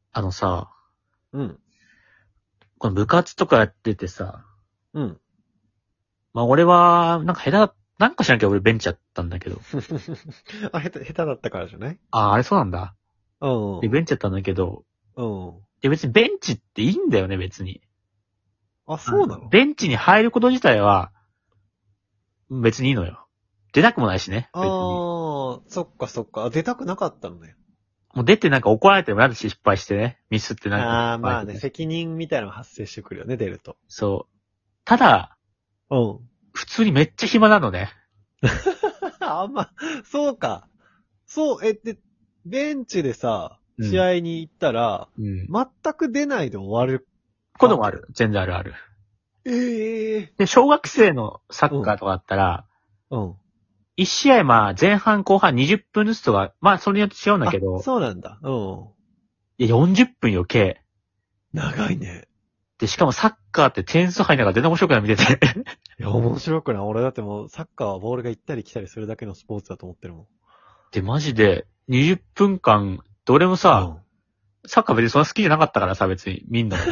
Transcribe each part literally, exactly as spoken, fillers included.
あのさ、 うん。 この部活とかやっててさ、 うん。 まあ俺は、なんか下手だ、なんかしなきゃ俺ベンチやったんだけど。 あ、下手、下手だったからじゃない？ ああ、あれそうなんだ。 うん。 で、ベンチやったんだけど、 うん。 で別にベンチっていいんだよね、別に。 あ、 あのそうなの？ ベンチに入ること自体は、別にいいのよ。出たくもないしね、 あ別に。 ー、そっかそっか。あ出たくなかったのね。 もう出てなんか怒られても嫌だし、失敗してね。ミスってなんか失あー、まあね、 敗とか。 責任みたいなのが発生してくるよね、出ると。 そう。ただ、 うん。 普通にめっちゃ暇なのね。 あんま、そうか。そう、え、で、ベンチでさ、 うん。 試合に行ったら、 うん。 全く出ないで終わるわけ？ こともある。全然あるある。 ええで、小学生のサー。うん。 ッカーとかだったら、 うん。 一試合まあ前半後半にじゅっぷんずつとか、まあそれによって違うんだけあ、 ど、 そうなんだ。うん。 いやよんじゅっぷん余計。 長いね。 で、しかもサッカーって点数入りながら全然面白くない見てて。 いや、面白くない。俺だってもう、サッカーはボールが行ったり来たりするだけのスポーツだと思ってるもん。 で、マジでにじゅっぷんかん、どれもさ、 うん。 サッカー別にそんな好きじゃなかったからさ、別にみんなも。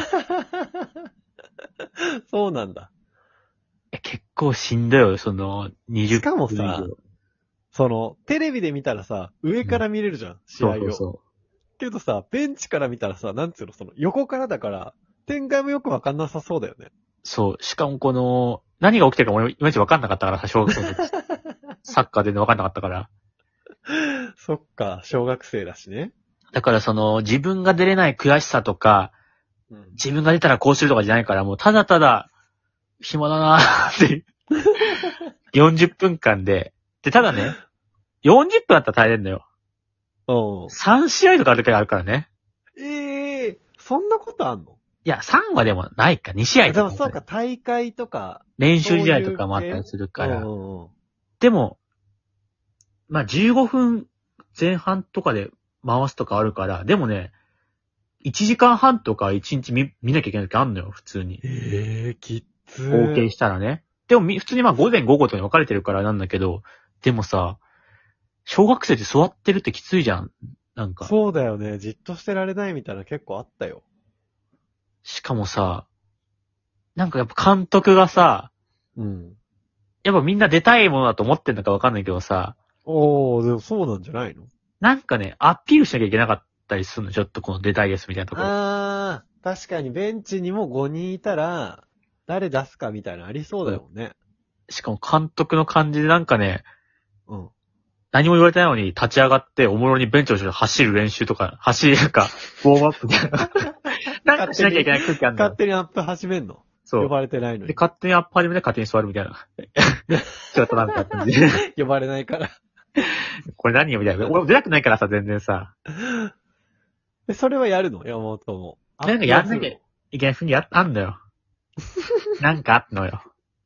そうなんだ。 え結構しんどいよ、その20 しかも分以上。 さ、その、テレビで見たらさ、上うん、 から見れるじゃん、試そう合を。 そうそけどさ、ベンチから見たらさ、なんつうの、その、横からだから、展開もよくわかんなさそうだよね。 う。そう。しかもこの、何が起きてるか俺いまいちわかんなかったからさ、小学校の時。サッカー全然わかんなかったから。 そっか、小学生だしね。 だからその、自分が出れない悔しさとか、 うん。 自分が出たらこうするとかじゃないから、もうただただ、暇だなーって、よんじゅっぷんかんで、で、ただね、よんじゅっぷんだったら耐えれんのよ。 うん。 さん試合とかある時あるからね。 ええー、そんなことあんの？ いや、さんはでもないか、に試合とか、 でもそうか、大会とか、 練習試合とそういうかもあったり系。 するから。 うんうんうん。 でも、まあ、じゅうごふんぜん半とかで回すとかあるから、でもね、いちじかんはんとかいちにち見、見なきゃいけない時あんのよ、普通に。 ええー、きっつ合計ー。 したらね。でもみ、普通にまあ午前午後とかに分かれてるからなんだけど、でもさ、小学生で座ってるってきついじゃん。なんか。 そうだよね。じっとしてられないみたいな結構あったよ。 しかもさ、なんかやっぱ監督がさ、 うん。 やっぱみんな出たいものだと思ってんのか分かんないけどさ、 おー、でもそうなんじゃないの？ なんかね、アピールしなきゃいけなかったりするの。ちょっとこの出たいですみたいなところ。 あー、確かにベンチにもごにんいたら、誰出すかみたいなのありそうだよね。 しかも監督の感じでなんかね、 うん。 何も言われてないのに立ち上がっておもろにベンチの後ろで走る練習とか、走りなんか、ウォームアップみたいな。なんかしなきゃいけない空気あんだ勝よ。 手にアップ始めんの？ そう。 呼ばれてないので、 に。 勝手にアップ始めて勝手に座るみたいな。ちょっとなんか感じで。 呼ばれないから。 これ何よみたいな。俺も出たくないからさ、全然さ。 で、それはやるの？山本も。アなんかップはするやんなきゃいけないふうにやっあんのよ。なんかあったのよ。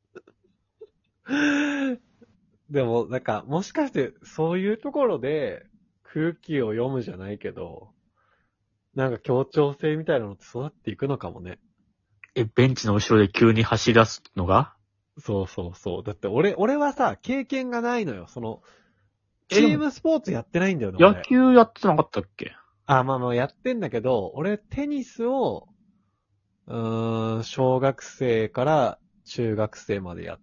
の？でも、なんか、もしかして、そういうところで、空気を読むじゃないけど、なんか協調性みたいなのって育っていくのかもね。 え、ベンチの後ろで急に走り出すのがそうそうそう。だって俺、俺はさ、経験がないのよ。その、 え、でも、 チームスポーツやってないんだよね、 野俺。 球やってなかったっけ？ あ、まあまあやってんだけど、俺テニスを、うーん、小学生から中学生までやって、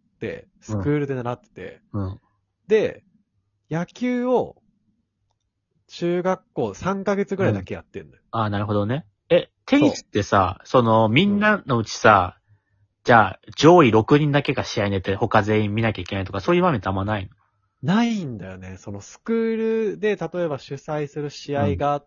スクールで習ってて、 うん。 で、野球を中学校さんかげつぐらいだけやってんだよ。 ああ、なるほどね。え、テそう。 ニスってさ、その、みうん。 んなのうちさ、じゃあ、上位ろくにんだけが試合に出て、他全員見なきゃいけないとか、そういう場面ってあんまないの？ ないんだよね。そのスクールで例えば主催する試合があって、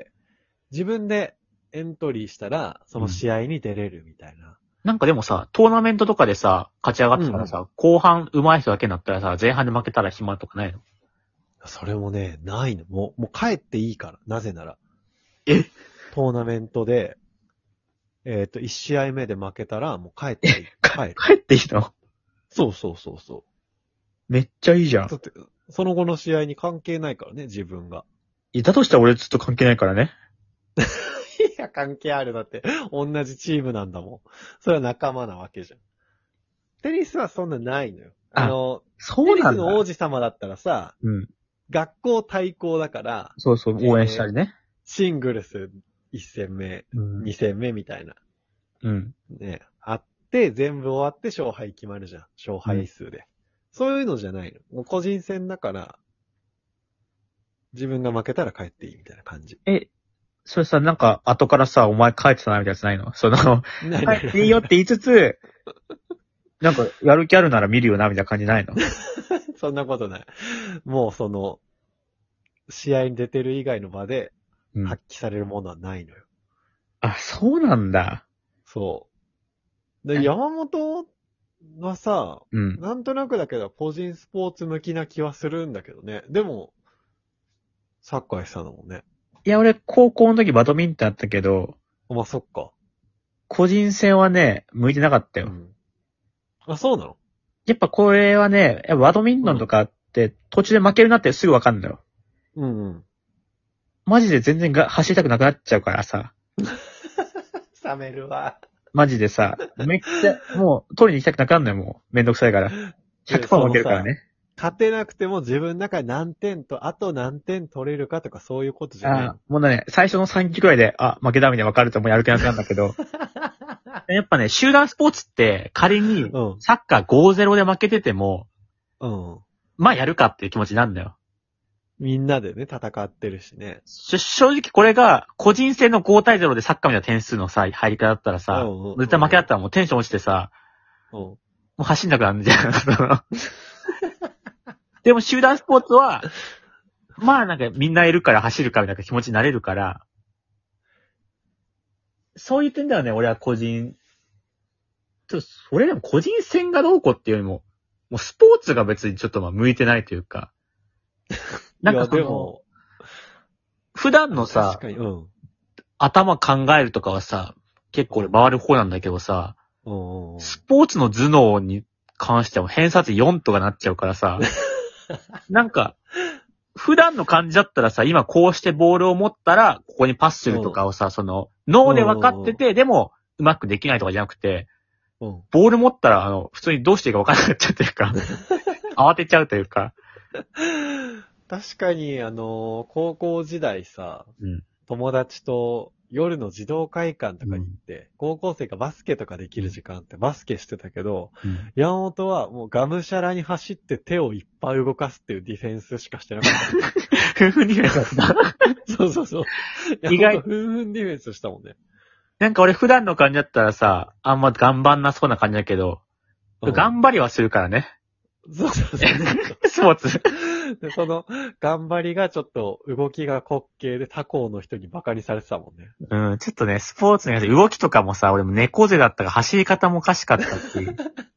自分でエントリーしたら、その試合に出れるみたいな。 なんかでもさ、トーナメントとかでさ、勝ち上がってたらさ、 うん後半上手い人だけになったらさ、前半で負けたら暇とかないの？ それもね、ないの。もう、もう帰っていいから。なぜなら。 えトーナメントで、えっと、いち試合目で負けたら、もう帰っていい。帰る。 帰っていいの？ そうそうそうそめっちゃいいじゃう。 ん。 だって、その後の試合に関係ないからね、自分が。 いたとしたら俺ずっと関係ないからね。 いや、関係ある。だって、同じチームなんだもん。それは仲間なわけじゃん。テニスはそんなないのよ。ああ、 の、 そうなんだ。 テニスの王子様だったらさ、 うん。 学校対抗だから、 そうそう、応援したりね。 シングルスいち戦目、 うん。 に戦目みたいな。 うん。 ね、あって、全部終わって勝敗決まるじゃん。勝敗数で。そういうのじゃないの。もう個人戦だから、自分が負けたら帰っていいみたいな感じ。 え、それさ、なんか、後からさ、お前帰ってたな、みたいなやつないの？その、帰っていいよって言いつつ、なんか、やる気あるなら見るよな、みたいな感じないの？ そんなことない。もうその、試合に出てる以外の場でうん。 発揮されるものはないのよ。 あ、そうなんだ。 そう。で、 え山本はさ、 うん。 なんとなくだけど個人スポーツ向きな気はするんだけどね。でも、サッカーしたのもね。 いや、俺、高校の時バドミントンやったけど、 まあ、そっか。 個人戦はね、向いてなかったよ。 うん。あ、そうなの？ やっぱこれはね、やっぱバドミントンとかって途中で負けるなってすぐわかんのよ。 うんうん。 マジで全然が走りたくなくなっちゃうからさ。 冷めるわ。 マジでさ、めっちゃ、もう取りに行きたくなくなるのよ、もう。めんどくさいから。ひゃくパーセント負けるからね。 勝てなくても自分の中で何点と、あと何点取れるかとかそういうことじゃないああ、もうね、最初のさんきくらいで、あ、負けたみたいに分かるともうやる気なくなるんだけど。やっぱね、集団スポーツって仮にうん。 サッカーごたいゼロで負けてても、 うん。 まあやるかっていう気持ちなんだよ。 みんなでね、戦ってるしね。 し正直これが個人戦のごたいゼロでサッカーみたいな点数のさ、入り方だったらさ、 うんうんうん絶対負けだったらもうテンション落ちてさ、 うん。 もう走んなくなるんじゃん。でも集団スポーツは、まあなんかみんないるから走るかみたいな気持ちになれるから、そういう点ではね、俺は個人、ちょっとそれでも個人戦がどうこうっていうよりも、もうスポーツが別にちょっとまあ向いてないというか、なんかその、 いやでも、 普段のさ確、かに、うん。 頭考えるとかはさ、結構俺回る方なんだけどさ、 うんうんうん。 スポーツの頭脳に関しては偏差値よんとかなっちゃうからさ、なんか、普段の感じだったらさ、今こうしてボールを持ったら、ここにパスするとかをさ、その、脳で分かってて、でも、うまくできないとかじゃなくて、 うん。 ボール持ったら、あの、普通にどうしていいか分からなくなっちゃうというか、慌てちゃうというか。 確かに、あの、高校時代さ、 うん。 友達と夜の児童会館とかに行って、高校生がバスケとかできる時間ってバスケしてたけど、 うん。 山本はもうがむしゃらに走って手をいっぱい動かすっていうディフェンスしかしてなかった。 ふふにだった。 そうそうそう。 意外意外。ふんふんディフェンスしたもんね。 なんか俺普段の感じだったらさ、あんま頑張んなそうな感じだけど、 うん頑張りはするからね。 そうそうそう。 スポーツ。 で、その、頑張りがちょっと動きが滑稽で他校の人にバカにされてたもんね。 うん、ちょっとね、スポーツのやつ、動きとかもさ、俺も猫背だったから走り方もおかしかったし。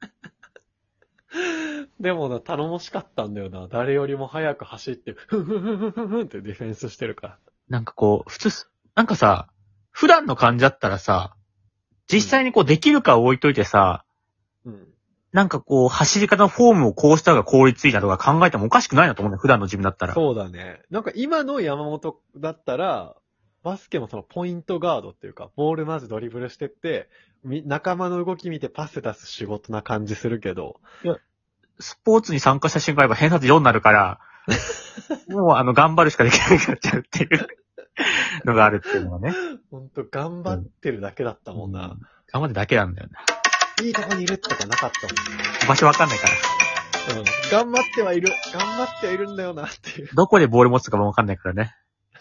でもな、頼もしかったんだよな。誰よりも早く走って、ふんふんふんふんふんふんってディフェンスしてるから。 なんかこう、普通す、なんかさ、普段の感じだったらさ、実際にこうできるか置いといてさ、 うん。 なんかこう、走り方のフォームをこうした方が効率いいなとか考えてもおかしくないなと思うんだよ、普段の自分だったら。 そうだね。なんか今の山本だったら、バスケもそのポイントガードっていうか、ボールまずドリブルしてって、み仲間の動き見てパス出す仕事な感じするけど、 スポーツに参加した瞬間やっぱ偏差値よんになるから、もうあの、頑張るしかできなくなっちゃうっていうのがあるっていうのがね。 ほんと頑張ってるだけだったもんな。 うん頑張ってだけなんだよな。 いいとこにいるとかなかったもんね。 場所わかんないから。 うん。頑張ってはいる。頑張ってはいるんだよなっていう。 どこでボール持つかもわかんないからね。